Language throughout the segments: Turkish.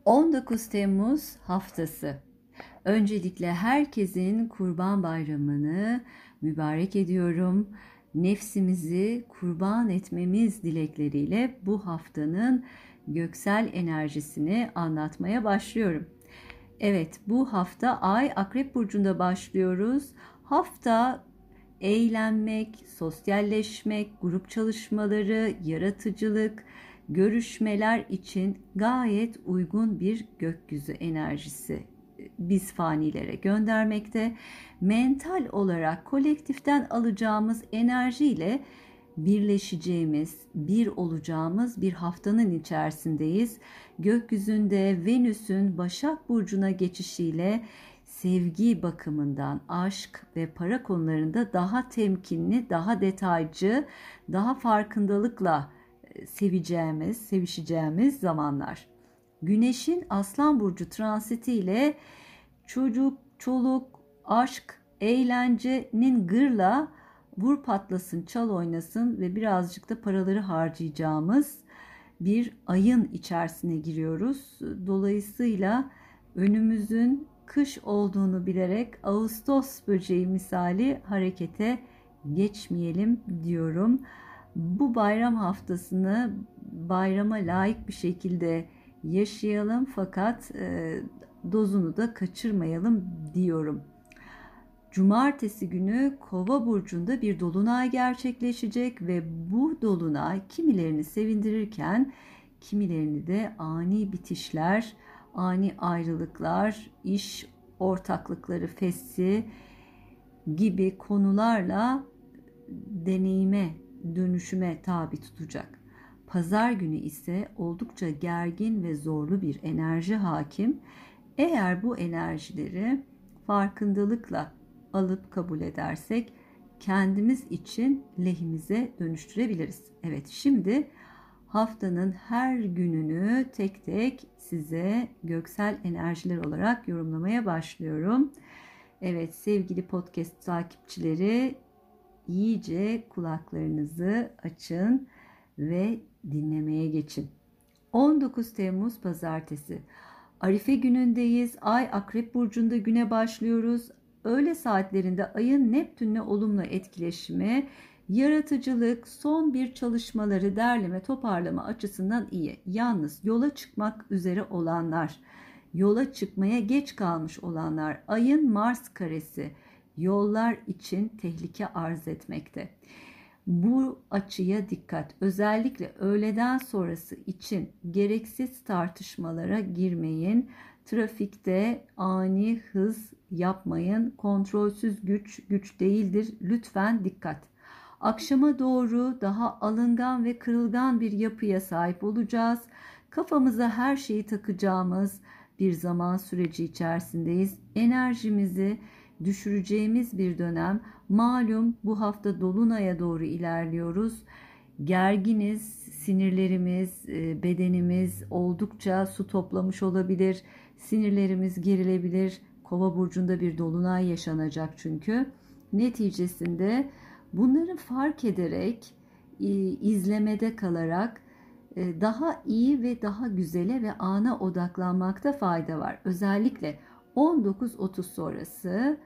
19 Temmuz haftası. Öncelikle herkesin Kurban Bayramı'nı mübarek ediyorum. Nefsimizi kurban etmemiz dilekleriyle bu haftanın göksel enerjisini anlatmaya başlıyorum. Evet, bu hafta Ay Akrep Burcu'nda başlıyoruz. Hafta eğlenmek, sosyalleşmek, grup çalışmaları, yaratıcılık, görüşmeler için gayet uygun bir gökyüzü enerjisi biz fanilere göndermekte. Mental olarak kolektiften alacağımız enerjiyle birleşeceğimiz, bir olacağımız bir haftanın içerisindeyiz. Gökyüzünde Venüs'ün Başak Burcu'na geçişiyle sevgi bakımından aşk ve para konularında daha temkinli, daha detaycı, daha farkındalıkla sevişeceğimiz zamanlar. Güneşin Aslan Burcu transitiyle çocuk, çoluk, aşk, eğlencenin gırla vur patlasın, çal oynasın ve birazcık da paraları harcayacağımız bir ayın içerisine giriyoruz. Dolayısıyla önümüzün kış olduğunu bilerek Ağustos böceği misali harekete geçmeyelim diyorum. Bu bayram haftasını bayrama layık bir şekilde yaşayalım fakat dozunu da kaçırmayalım diyorum. Cumartesi günü Kova burcunda bir dolunay gerçekleşecek ve bu dolunay kimilerini sevindirirken kimilerini de ani bitişler, ani ayrılıklar, iş ortaklıkları fesli gibi konularla deneyime, dönüşüme tabi tutacak. Pazar günü ise oldukça gergin ve zorlu bir enerji hakim. Eğer bu enerjileri farkındalıkla alıp kabul edersek kendimiz için lehimize dönüştürebiliriz. Evet, şimdi haftanın her gününü tek tek size göksel enerjiler olarak yorumlamaya başlıyorum. Evet sevgili podcast takipçileri, iyice kulaklarınızı açın ve dinlemeye geçin. 19 Temmuz Pazartesi. Arife günündeyiz. Ay Akrep Burcu'nda güne başlıyoruz. Öğle saatlerinde ayın Neptün'le olumlu etkileşimi, yaratıcılık, son bir çalışmaları derleme, toparlama açısından iyi. Yalnız yola çıkmak üzere olanlar, yola çıkmaya geç kalmış olanlar, ayın Mars karesi yollar için tehlike arz etmekte. Bu açıya dikkat. Özellikle öğleden sonrası için gereksiz tartışmalara girmeyin. Trafikte ani hız yapmayın. Kontrolsüz güç değildir. Lütfen dikkat. Akşama doğru daha alıngan ve kırılgan bir yapıya sahip olacağız. Kafamıza her şeyi takacağımız bir zaman süreci içerisindeyiz. Enerjimizi düşüreceğimiz bir dönem. Malum bu hafta dolunaya doğru ilerliyoruz. Gerginiz, sinirlerimiz, bedenimiz oldukça su toplamış olabilir. Sinirlerimiz gerilebilir. Kova burcunda bir dolunay yaşanacak çünkü. Neticesinde bunları fark ederek, izlemede kalarak daha iyi ve daha güzele ve ana odaklanmakta fayda var. Özellikle 19.30 sonrası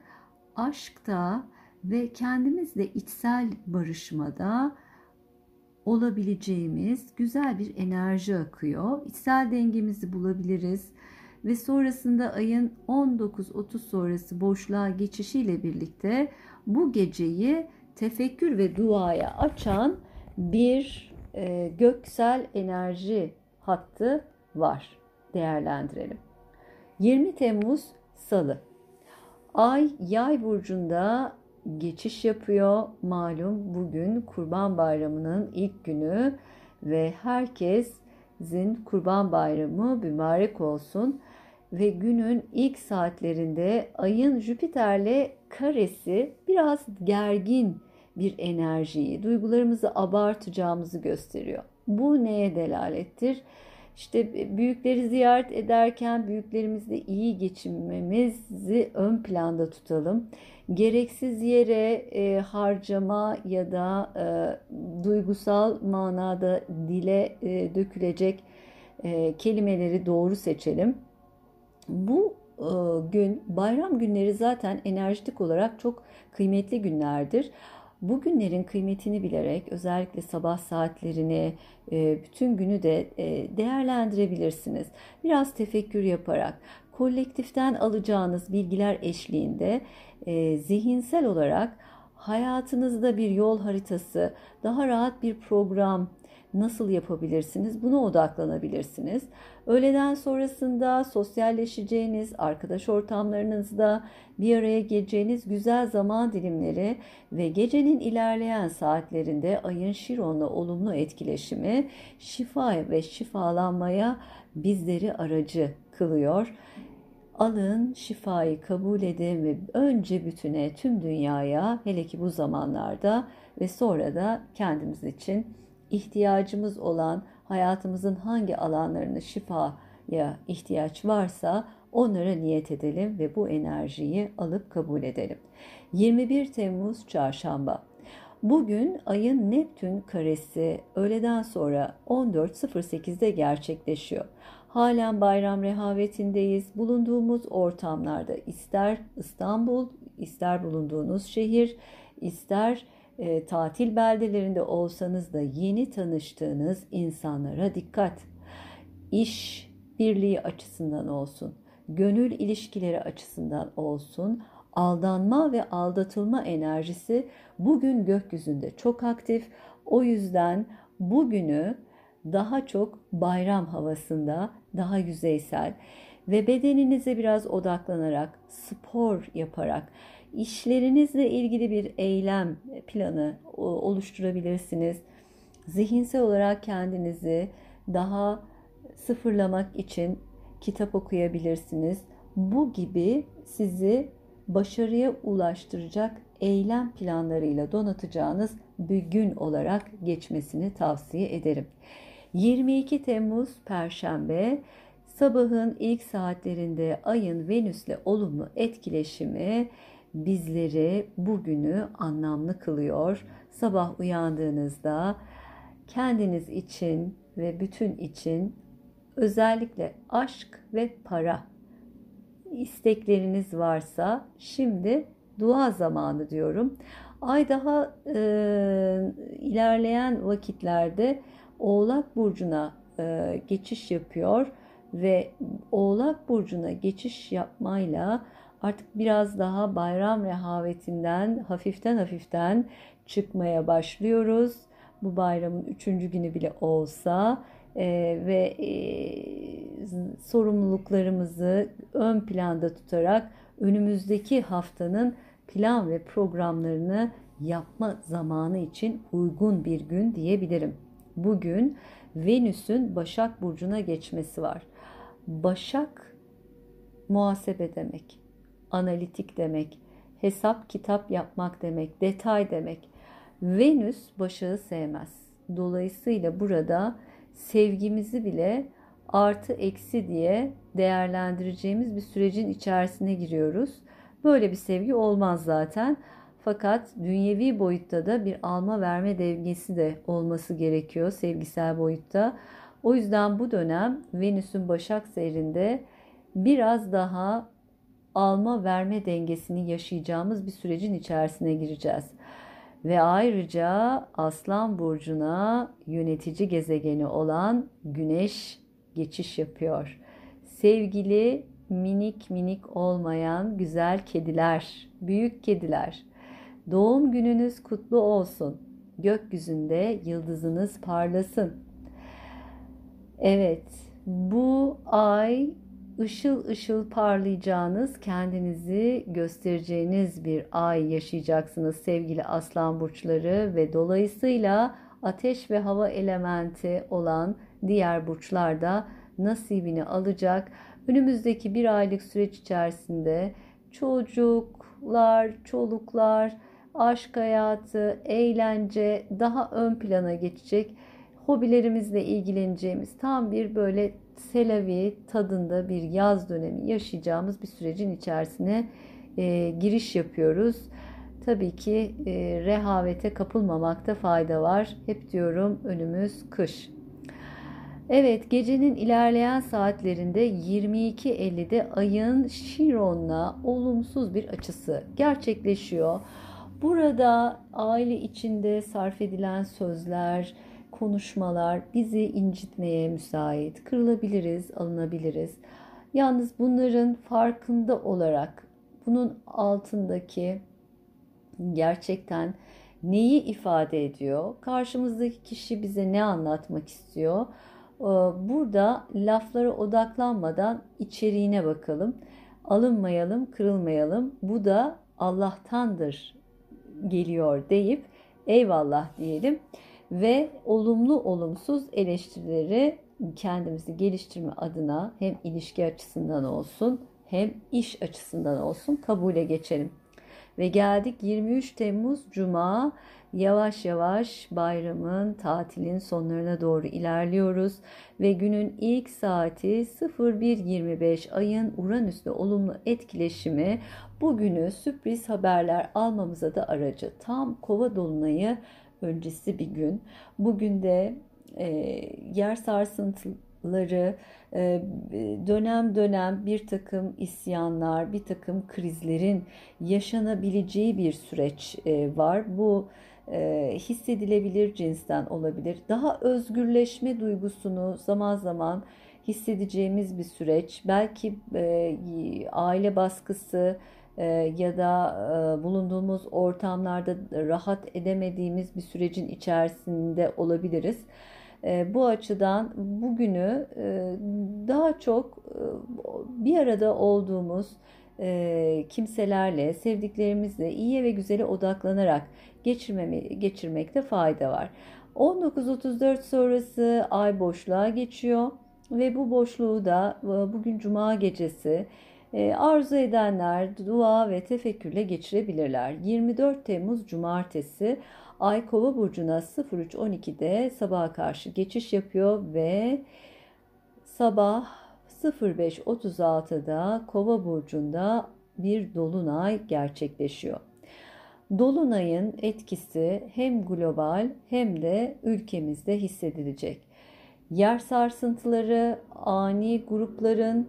aşkta ve kendimizle içsel barışmada olabileceğimiz güzel bir enerji akıyor. İçsel dengemizi bulabiliriz ve sonrasında ayın 19.30 sonrası boşluğa geçişiyle birlikte bu geceyi tefekkür ve duaya açan bir göksel enerji hattı var. Değerlendirelim. 20 Temmuz Salı. Ay Yay burcunda geçiş yapıyor. Malum bugün Kurban Bayramı'nın ilk günü ve herkesin Kurban Bayramı mübarek olsun. Ve günün ilk saatlerinde ayın Jüpiter'le karesi biraz gergin bir enerjiyi, duygularımızı abartacağımızı gösteriyor. Bu neye delalettir? İşte büyükleri ziyaret ederken büyüklerimizle iyi geçinmemizi ön planda tutalım. Gereksiz yere harcama ya da duygusal manada dile dökülecek kelimeleri doğru seçelim. Bu gün, bayram günleri zaten enerjitik olarak çok kıymetli günlerdir. Bu günlerin kıymetini bilerek özellikle sabah saatlerini, bütün günü de değerlendirebilirsiniz. Biraz tefekkür yaparak, kolektiften alacağınız bilgiler eşliğinde zihinsel olarak hayatınızda bir yol haritası, daha rahat bir program nasıl yapabilirsiniz? Buna odaklanabilirsiniz. Öğleden sonrasında sosyalleşeceğiniz, arkadaş ortamlarınızda bir araya geleceğiniz güzel zaman dilimleri ve gecenin ilerleyen saatlerinde ayın Şiron'la olumlu etkileşimi şifa ve şifalanmaya bizleri aracı kılıyor. Alın, şifayı kabul edin ve önce bütüne, tüm dünyaya, hele ki bu zamanlarda ve sonra da kendimiz için ihtiyacımız olan hayatımızın hangi alanlarını şifaya ihtiyaç varsa onlara niyet edelim ve bu enerjiyi alıp kabul edelim. 21 Temmuz Çarşamba. Bugün ayın Neptün karesi öğleden sonra 14.08'de gerçekleşiyor. Halen bayram rehavetindeyiz. Bulunduğumuz ortamlarda ister İstanbul, ister bulunduğunuz şehir, ister tatil beldelerinde olsanız da yeni tanıştığınız insanlara dikkat. İş birliği açısından olsun, gönül ilişkileri açısından olsun, aldanma ve aldatılma enerjisi bugün gökyüzünde çok aktif. O yüzden bugünü daha çok bayram havasında, daha yüzeysel ve bedeninize biraz odaklanarak, spor yaparak, işlerinizle ilgili bir eylem planı oluşturabilirsiniz. Zihinsel olarak kendinizi daha sıfırlamak için kitap okuyabilirsiniz. Bu gibi sizi başarıya ulaştıracak eylem planlarıyla donatacağınız bir gün olarak geçmesini tavsiye ederim. 22 Temmuz Perşembe sabahın ilk saatlerinde ayın Venüs'le olumlu etkileşimi bizleri bugünü anlamlı kılıyor. Sabah uyandığınızda kendiniz için ve bütün için özellikle aşk ve para istekleriniz varsa şimdi dua zamanı diyorum. Ay daha ilerleyen vakitlerde Oğlak Burcu'na geçiş yapıyor ve Oğlak Burcu'na geçiş yapmayla artık biraz daha bayram rehavetinden hafiften çıkmaya başlıyoruz. Bu bayramın 3. günü bile olsa ve sorumluluklarımızı ön planda tutarak önümüzdeki haftanın plan ve programlarını yapma zamanı için uygun bir gün diyebilirim. Bugün Venüs'ün Başak Burcu'na geçmesi var. Başak muhasebe demek, analitik demek, hesap kitap yapmak demek, detay demek. Venüs Başak'ı sevmez. Dolayısıyla burada sevgimizi bile artı eksi diye değerlendireceğimiz bir sürecin içerisine giriyoruz. Böyle bir sevgi olmaz zaten. Fakat dünyevi boyutta da bir alma verme dengesi de olması gerekiyor sevgisel boyutta. O yüzden bu dönem Venüs'ün Başak seyrinde biraz daha alma verme dengesini yaşayacağımız bir sürecin içerisine gireceğiz. Ve ayrıca Aslan Burcu'na yönetici gezegeni olan Güneş geçiş yapıyor. Sevgili minik olmayan güzel kediler, büyük kediler, doğum gününüz kutlu olsun. Gökyüzünde yıldızınız parlasın. Evet, bu ay ışıl ışıl parlayacağınız, kendinizi göstereceğiniz bir ay yaşayacaksınız sevgili Aslan burçları ve dolayısıyla ateş ve hava elementi olan diğer burçlar da nasibini alacak. Önümüzdeki bir aylık süreç içerisinde çocuklar, çoluklar, aşk hayatı, eğlence daha ön plana geçecek. Hobilerimizle ilgileneceğimiz tam bir böyle selavi tadında bir yaz dönemi yaşayacağımız bir sürecin içerisine giriş yapıyoruz. Tabii ki rehavete kapılmamakta fayda var. Hep diyorum önümüz kış. Evet, gecenin ilerleyen saatlerinde 22.50'de ayın Şiron'la olumsuz bir açısı gerçekleşiyor. Burada aile içinde sarf edilen sözler, konuşmalar bizi incitmeye müsait. Kırılabiliriz, alınabiliriz. Yalnız bunların farkında olarak bunun altındaki gerçekten neyi ifade ediyor? Karşımızdaki kişi bize ne anlatmak istiyor? Burada laflara odaklanmadan içeriğine bakalım. Alınmayalım, kırılmayalım. Bu da Allah'tandır geliyor deyip eyvallah diyelim ve olumlu olumsuz eleştirileri kendimizi geliştirme adına hem ilişki açısından olsun hem iş açısından olsun kabule geçelim. Ve geldik 23 Temmuz Cuma. Yavaş yavaş bayramın, tatilin sonlarına doğru ilerliyoruz. Ve günün ilk saati 01.25 ayın Uranüs'le olumlu etkileşimi bugünü sürpriz haberler almamıza da aracı. Tam Kova dolunayı öncesi bir gün. Bugün de yer sarsıntıları, dönem dönem bir takım isyanlar, bir takım krizlerin yaşanabileceği bir süreç var. Bu hissedilebilir cinsten olabilir. Daha özgürleşme duygusunu zaman zaman hissedeceğimiz bir süreç. Belki aile baskısı ya da bulunduğumuz ortamlarda rahat edemediğimiz bir sürecin içerisinde olabiliriz. Bu açıdan bugünü daha çok bir arada olduğumuz kimselerle, sevdiklerimizle iyiye ve güzele odaklanarak geçirmekte fayda var. 19.34 sonrası ay boşluğa geçiyor ve bu boşluğu da bugün Cuma gecesi arzu edenler dua ve tefekkürle geçirebilirler. 24 Temmuz Cumartesi Ay Kova burcuna 03.12'de sabaha karşı geçiş yapıyor ve sabah 05.36'da Kova burcunda bir dolunay gerçekleşiyor. Dolunayın etkisi hem global hem de ülkemizde hissedilecek. Yer sarsıntıları, ani grupların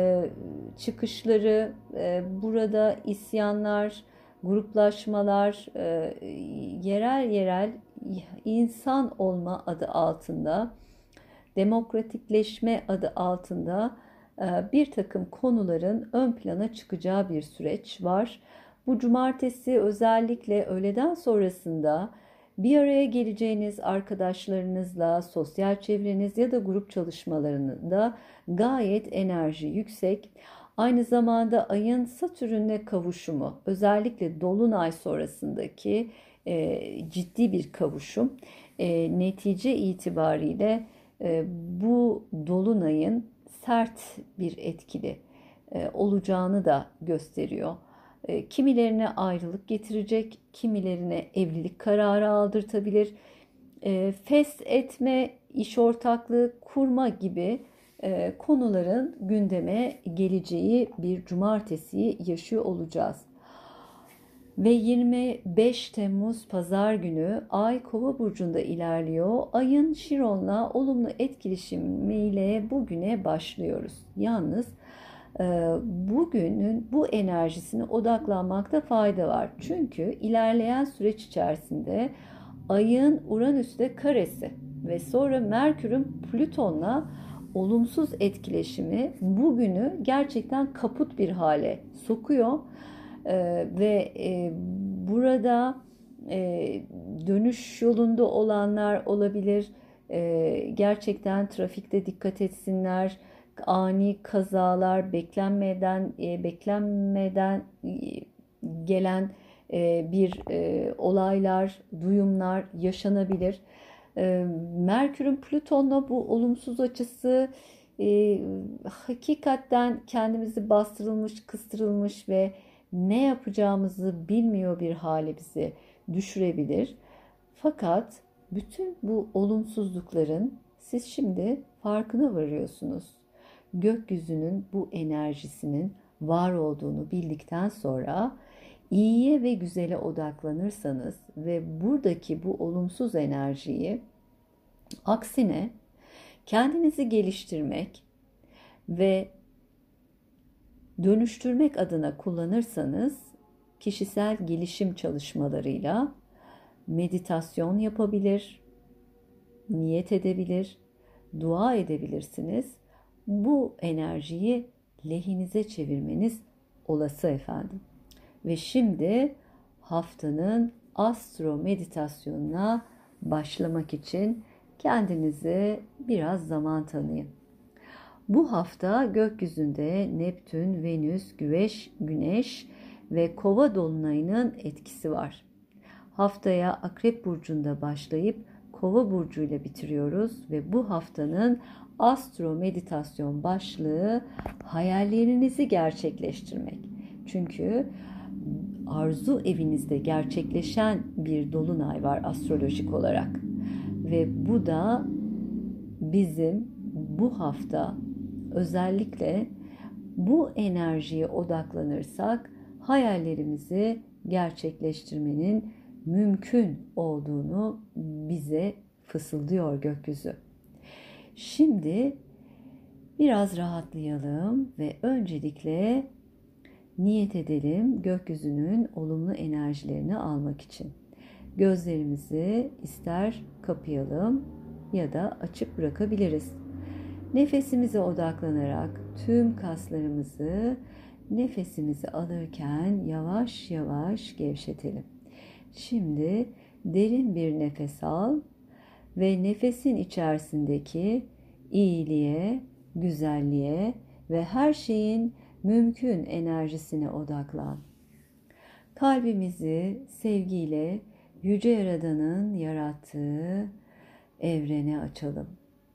çıkışları, burada isyanlar, gruplaşmalar, yerel yerel insan olma adı altında, demokratikleşme adı altında bir takım konuların ön plana çıkacağı bir süreç var. Bu cumartesi özellikle öğleden sonrasında bir araya geleceğiniz arkadaşlarınızla, sosyal çevreniz ya da grup çalışmalarında gayet enerji yüksek. Aynı zamanda ayın Satürn'le kavuşumu, özellikle dolunay sonrasındaki ciddi bir kavuşum, netice itibariyle bu dolunayın sert bir etkili olacağını da gösteriyor. Kimilerine ayrılık getirecek, kimilerine evlilik kararı aldırtabilir. Fes etme, iş ortaklığı kurma gibi konuların gündeme geleceği bir cumartesiyi yaşıyor olacağız. Ve 25 Temmuz Pazar günü Ay Kova burcunda ilerliyor. Ayın Şiron'la olumlu etkileşimiyle bugüne başlıyoruz. Yalnız bugünün bu enerjisine odaklanmakta fayda var. Çünkü ilerleyen süreç içerisinde Ayın Uranüs'te karesi ve sonra Merkür'ün Plüton'la olumsuz etkileşimi bugünü gerçekten kaput bir hale sokuyor. Ve burada dönüş yolunda olanlar olabilir. Gerçekten trafikte dikkat etsinler. Ani kazalar, beklenmeden gelen bir olaylar, duyumlar yaşanabilir. Merkür'ün Plüton'la bu olumsuz açısı hakikaten kendimizi bastırılmış, kıstırılmış ve ne yapacağımızı bilmiyor bir hale bizi düşürebilir. Fakat bütün bu olumsuzlukların siz şimdi farkına varıyorsunuz. Gökyüzünün bu enerjisinin var olduğunu bildikten sonra iyiye ve güzele odaklanırsanız ve buradaki bu olumsuz enerjiyi aksine Kendinizi geliştirmek ve dönüştürmek adına kullanırsanız kişisel gelişim çalışmalarıyla meditasyon yapabilir, niyet edebilir, dua edebilirsiniz. Bu enerjiyi lehinize çevirmeniz olası efendim. Ve şimdi haftanın astro meditasyonuna başlamak için kendinize biraz zaman tanıyın. Bu hafta gökyüzünde Neptün, Venüs, Güneş ve Kova dolunayının etkisi var. Haftaya Akrep burcunda başlayıp Kova burcuyla bitiriyoruz ve bu haftanın astro meditasyon başlığı hayallerinizi gerçekleştirmek. Çünkü arzu evinizde gerçekleşen bir dolunay var astrolojik olarak ve bu da bizim bu hafta özellikle bu enerjiye odaklanırsak hayallerimizi gerçekleştirmenin mümkün olduğunu bize fısıldıyor gökyüzü. Şimdi biraz rahatlayalım ve öncelikle niyet edelim gökyüzünün olumlu enerjilerini almak için. Gözlerimizi ister kapayalım ya da açık bırakabiliriz. Nefesimize odaklanarak tüm kaslarımızı nefesimizi alırken yavaş yavaş gevşetelim. Şimdi derin bir nefes al ve nefesin içerisindeki iyiliğe, güzelliğe ve her şeyin mümkün enerjisine odaklan. Kalbimizi sevgiyle Yüce Yaradan'ın yarattığı evrene açalım.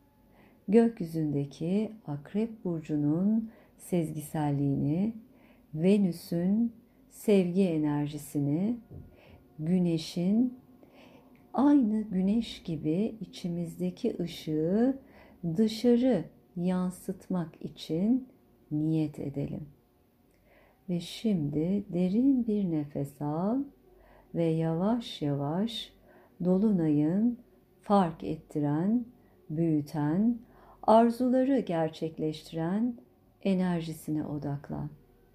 Gökyüzündeki Akrep burcunun sezgiselliğini, Venüs'ün sevgi enerjisini, Güneş'in aynı güneş gibi içimizdeki ışığı dışarı yansıtmak için niyet edelim. Ve şimdi derin bir nefes al ve yavaş yavaş dolunayın fark ettiren, büyüten, arzuları gerçekleştiren enerjisine odaklan.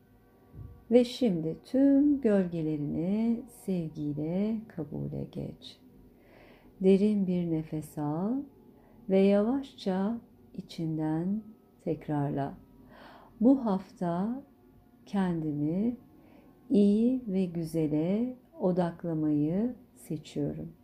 Ve şimdi tüm gölgelerini sevgiyle kabule geç. Derin bir nefes al ve yavaşça içinden tekrarla. Bu hafta kendimi iyi ve güzele odaklamayı seçiyorum.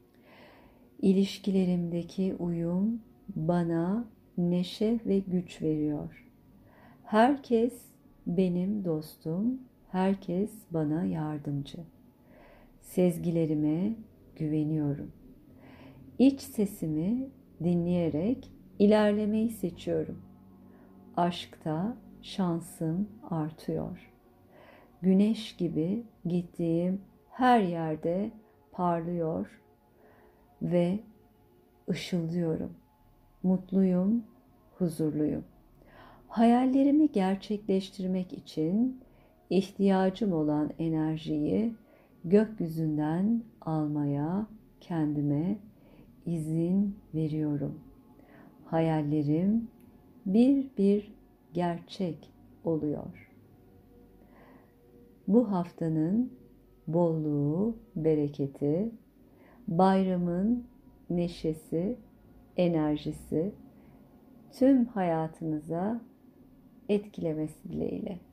İlişkilerimdeki uyum bana neşe ve güç veriyor. Herkes benim dostum, herkes bana yardımcı. Sezgilerime güveniyorum. İç sesimi dinleyerek ilerlemeyi seçiyorum. Aşkta şansım artıyor. Güneş gibi gittiğim her yerde parlıyor ve ışıldıyorum. Mutluyum, huzurluyum. Hayallerimi gerçekleştirmek için ihtiyacım olan enerjiyi gökyüzünden almaya kendime izin veriyorum. Hayallerim bir bir gerçek oluyor. Bu haftanın bolluğu, bereketi, bayramın neşesi, enerjisi tüm hayatınıza etkilemesi dileğiyle.